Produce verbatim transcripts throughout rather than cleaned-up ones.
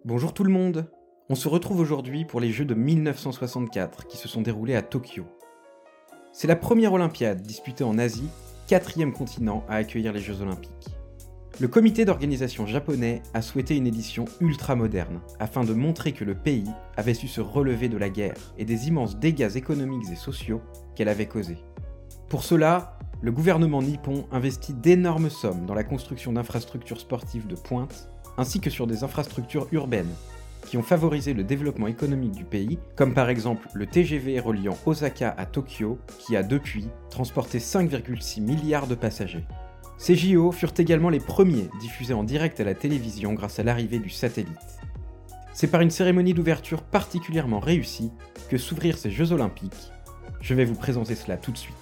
Bonjour tout le monde. On se retrouve aujourd'hui pour les Jeux de mille neuf cent soixante-quatre qui se sont déroulés à Tokyo. C'est la première Olympiade disputée en Asie, quatrième continent à accueillir les Jeux Olympiques. Le comité d'organisation japonais a souhaité une édition ultra-moderne, afin de montrer que le pays avait su se relever de la guerre et des immenses dégâts économiques et sociaux qu'elle avait causés. Pour cela, le gouvernement nippon investit d'énormes sommes dans la construction d'infrastructures sportives de pointe, ainsi que sur des infrastructures urbaines, qui ont favorisé le développement économique du pays, comme par exemple le T G V reliant Osaka à Tokyo, qui a depuis transporté cinq virgule six milliards de passagers. Ces J O furent également les premiers diffusés en direct à la télévision grâce à l'arrivée du satellite. C'est par une cérémonie d'ouverture particulièrement réussie que s'ouvrirent ces Jeux Olympiques. Je vais vous présenter cela tout de suite.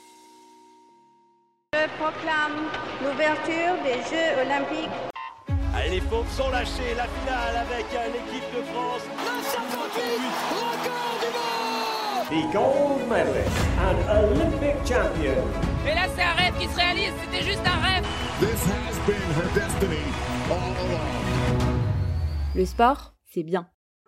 Je proclame l'ouverture des Jeux Olympiques. Allez, les pauvres sont lâchés, la finale avec l'équipe de France. neuf cent trente-huit, record du monde! The gold medalist and Olympic champion. Et là, c'est un rêve qui se réalise, c'était juste un rêve. This has been her destiny all along. Le sport, c'est bien.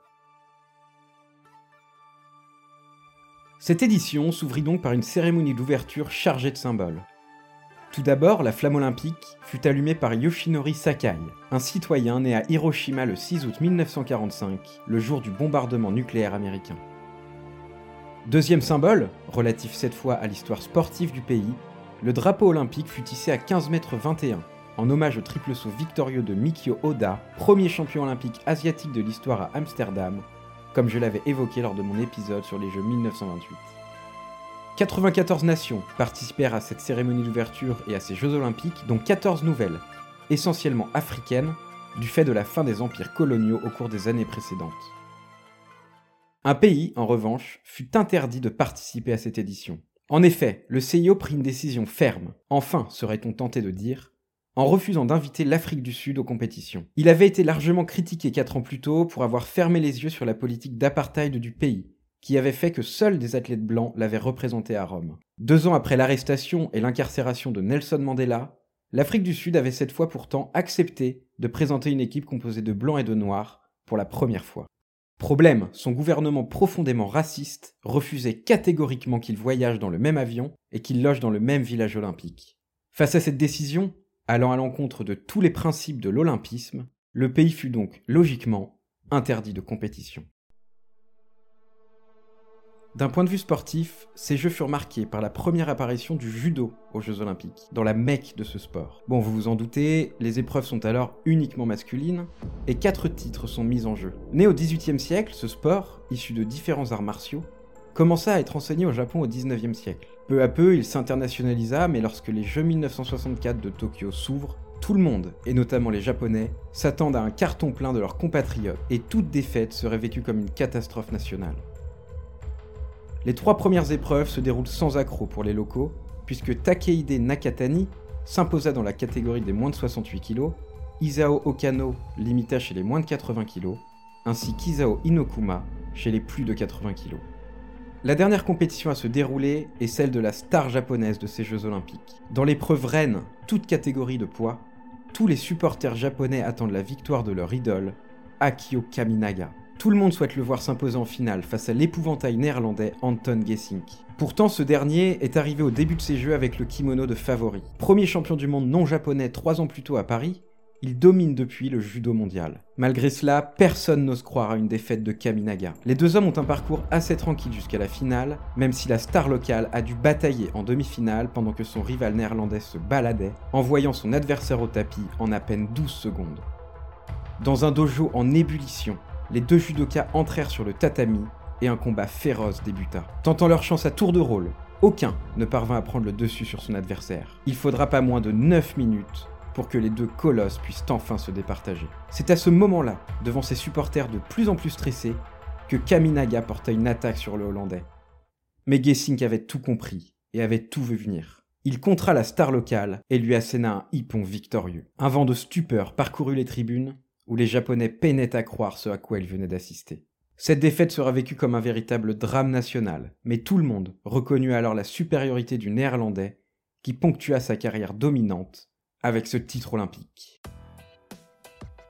Cette édition s'ouvrit donc par une cérémonie d'ouverture chargée de symboles. Tout d'abord, la flamme olympique fut allumée par Yoshinori Sakai, un citoyen né à Hiroshima le six août mille neuf cent quarante-cinq, le jour du bombardement nucléaire américain. Deuxième symbole, relatif cette fois à l'histoire sportive du pays, le drapeau olympique fut hissé à quinze mètres vingt et un, en hommage au triple saut victorieux de Mikio Oda, premier champion olympique asiatique de l'histoire à Amsterdam, comme je l'avais évoqué lors de mon épisode sur les Jeux mille neuf cent vingt-huit. quatre-vingt-quatorze nations participèrent à cette cérémonie d'ouverture et à ces Jeux Olympiques, dont quatorze nouvelles, essentiellement africaines, du fait de la fin des empires coloniaux au cours des années précédentes. Un pays, en revanche, fut interdit de participer à cette édition. En effet, le C I O prit une décision ferme, enfin serait-on tenté de dire, en refusant d'inviter l'Afrique du Sud aux compétitions. Il avait été largement critiqué quatre ans plus tôt pour avoir fermé les yeux sur la politique d'apartheid du pays, qui avait fait que seuls des athlètes blancs l'avaient représenté à Rome. Deux ans après l'arrestation et l'incarcération de Nelson Mandela, l'Afrique du Sud avait cette fois pourtant accepté de présenter une équipe composée de blancs et de noirs pour la première fois. Problème, son gouvernement profondément raciste refusait catégoriquement qu'il voyage dans le même avion et qu'il loge dans le même village olympique. Face à cette décision, allant à l'encontre de tous les principes de l'olympisme, le pays fut donc, logiquement, interdit de compétition. D'un point de vue sportif, ces Jeux furent marqués par la première apparition du judo aux Jeux Olympiques, dans la mecque de ce sport. Bon, vous vous en doutez, les épreuves sont alors uniquement masculines, et quatre titres sont mis en jeu. Né au dix-huitième siècle, ce sport, issu de différents arts martiaux, commença à être enseigné au Japon au dix-neuvième siècle. Peu à peu, il s'internationalisa, mais lorsque les Jeux mille neuf cent soixante-quatre de Tokyo s'ouvrent, tout le monde, et notamment les Japonais, s'attendent à un carton plein de leurs compatriotes, et toute défaite serait vécue comme une catastrophe nationale. Les trois premières épreuves se déroulent sans accroc pour les locaux, puisque Takehide Nakatani s'imposa dans la catégorie des moins de soixante-huit kilos, Isao Okano limita chez les moins de quatre-vingts kilos, ainsi qu'Isao Inokuma chez les plus de quatre-vingts kilos. La dernière compétition à se dérouler est celle de la star japonaise de ces Jeux Olympiques. Dans l'épreuve reine, toute catégorie de poids, tous les supporters japonais attendent la victoire de leur idole, Akio Kaminaga. Tout le monde souhaite le voir s'imposer en finale face à l'épouvantail néerlandais Anton Geesink. Pourtant, ce dernier est arrivé au début de ces Jeux avec le kimono de favori. Premier champion du monde non japonais trois ans plus tôt à Paris, il domine depuis le judo mondial. Malgré cela, personne n'ose croire à une défaite de Kaminaga. Les deux hommes ont un parcours assez tranquille jusqu'à la finale, même si la star locale a dû batailler en demi-finale pendant que son rival néerlandais se baladait, envoyant son adversaire au tapis en à peine douze secondes. Dans un dojo en ébullition, les deux judokas entrèrent sur le tatami et un combat féroce débuta. Tentant leur chance à tour de rôle, aucun ne parvint à prendre le dessus sur son adversaire. Il faudra pas moins de neuf minutes pour que les deux colosses puissent enfin se départager. C'est à ce moment-là, devant ses supporters de plus en plus stressés, que Kaminaga porta une attaque sur le Hollandais. Mais Geesink avait tout compris et avait tout vu venir. Il contra la star locale et lui asséna un hippon victorieux. Un vent de stupeur parcourut les tribunes, où les Japonais peinaient à croire ce à quoi ils venaient d'assister. Cette défaite sera vécue comme un véritable drame national, mais tout le monde reconnut alors la supériorité du Néerlandais, qui ponctua sa carrière dominante avec ce titre olympique.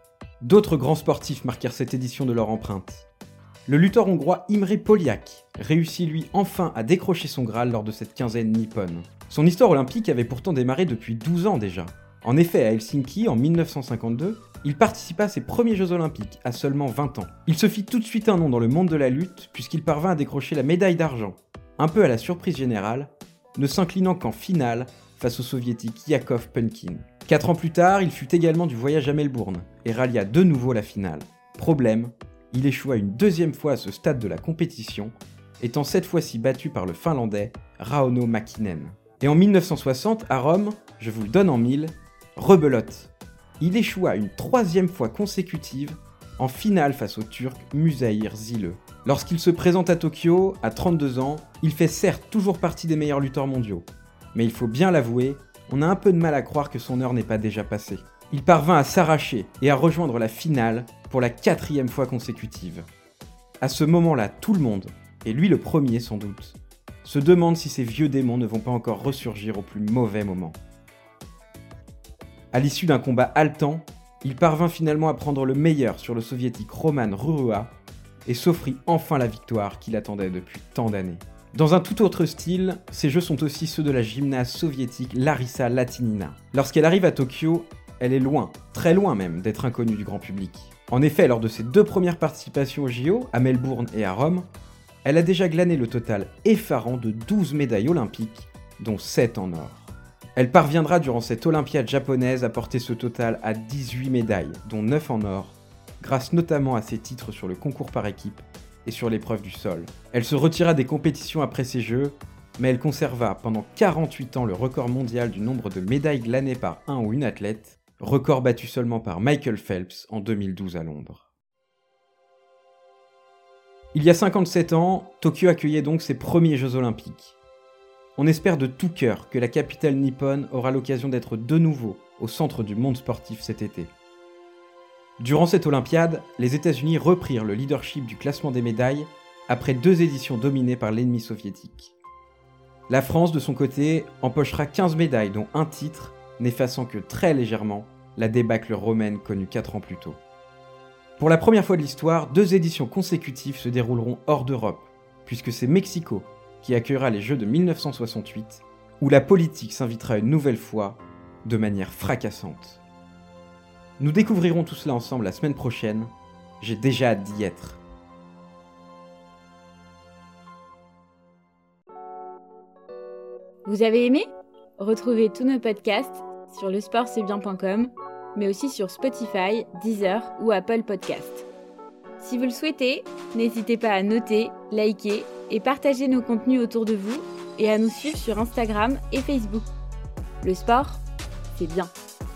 D'autres grands sportifs marquèrent cette édition de leur empreinte. Le lutteur hongrois Imre Poliak réussit lui enfin à décrocher son Graal lors de cette quinzaine nippone. Son histoire olympique avait pourtant démarré depuis douze ans déjà. En effet, à Helsinki, en mille neuf cent cinquante-deux, il participa à ses premiers Jeux Olympiques, à seulement vingt ans. Il se fit tout de suite un nom dans le monde de la lutte, puisqu'il parvint à décrocher la médaille d'argent, un peu à la surprise générale, ne s'inclinant qu'en finale face au soviétique Yakov Punkin. Quatre ans plus tard, il fut également du voyage à Melbourne, et rallia de nouveau la finale. Problème, il échoua une deuxième fois à ce stade de la compétition, étant cette fois-ci battu par le Finlandais Rauno Mäkinen. Et en mille neuf cent soixante, à Rome, je vous le donne en mille, rebelote. Il échoua une troisième fois consécutive en finale face au Turc Musaïr Zile. Lorsqu'il se présente à Tokyo, à trente-deux ans, il fait certes toujours partie des meilleurs lutteurs mondiaux. Mais il faut bien l'avouer, on a un peu de mal à croire que son heure n'est pas déjà passée. Il parvint à s'arracher et à rejoindre la finale pour la quatrième fois consécutive. À ce moment-là, tout le monde, et lui le premier sans doute, se demande si ces vieux démons ne vont pas encore ressurgir au plus mauvais moment. À l'issue d'un combat haletant, il parvint finalement à prendre le meilleur sur le soviétique Roman Rurua et s'offrit enfin la victoire qu'il attendait depuis tant d'années. Dans un tout autre style, ces jeux sont aussi ceux de la gymnaste soviétique Larissa Latinina. Lorsqu'elle arrive à Tokyo, elle est loin, très loin même, d'être inconnue du grand public. En effet, lors de ses deux premières participations aux J O, à Melbourne et à Rome, elle a déjà glané le total effarant de douze médailles olympiques, dont sept en or. Elle parviendra durant cette Olympiade japonaise à porter ce total à dix-huit médailles, dont neuf en or, grâce notamment à ses titres sur le concours par équipe et sur l'épreuve du sol. Elle se retira des compétitions après ces Jeux, mais elle conserva pendant quarante-huit ans le record mondial du nombre de médailles glanées par un ou une athlète, record battu seulement par Michael Phelps en deux mille douze à Londres. Il y a cinquante-sept ans, Tokyo accueillait donc ses premiers Jeux Olympiques. On espère de tout cœur que la capitale nippone aura l'occasion d'être de nouveau au centre du monde sportif cet été. Durant cette Olympiade, les États-Unis reprirent le leadership du classement des médailles après deux éditions dominées par l'ennemi soviétique. La France, de son côté, empochera quinze médailles, dont un titre, n'effaçant que très légèrement la débâcle romaine connue quatre ans plus tôt. Pour la première fois de l'histoire, deux éditions consécutives se dérouleront hors d'Europe, puisque c'est Mexico qui accueillera les Jeux de mille neuf cent soixante-huit, où la politique s'invitera une nouvelle fois, de manière fracassante. Nous découvrirons tout cela ensemble la semaine prochaine, j'ai déjà hâte d'y être. Vous avez aimé ? Retrouvez tous nos podcasts sur le sport c'est bien point com, mais aussi sur Spotify, Deezer ou Apple Podcasts. Si vous le souhaitez, n'hésitez pas à noter, liker et partager nos contenus autour de vous et à nous suivre sur Instagram et Facebook. Le sport, c'est bien.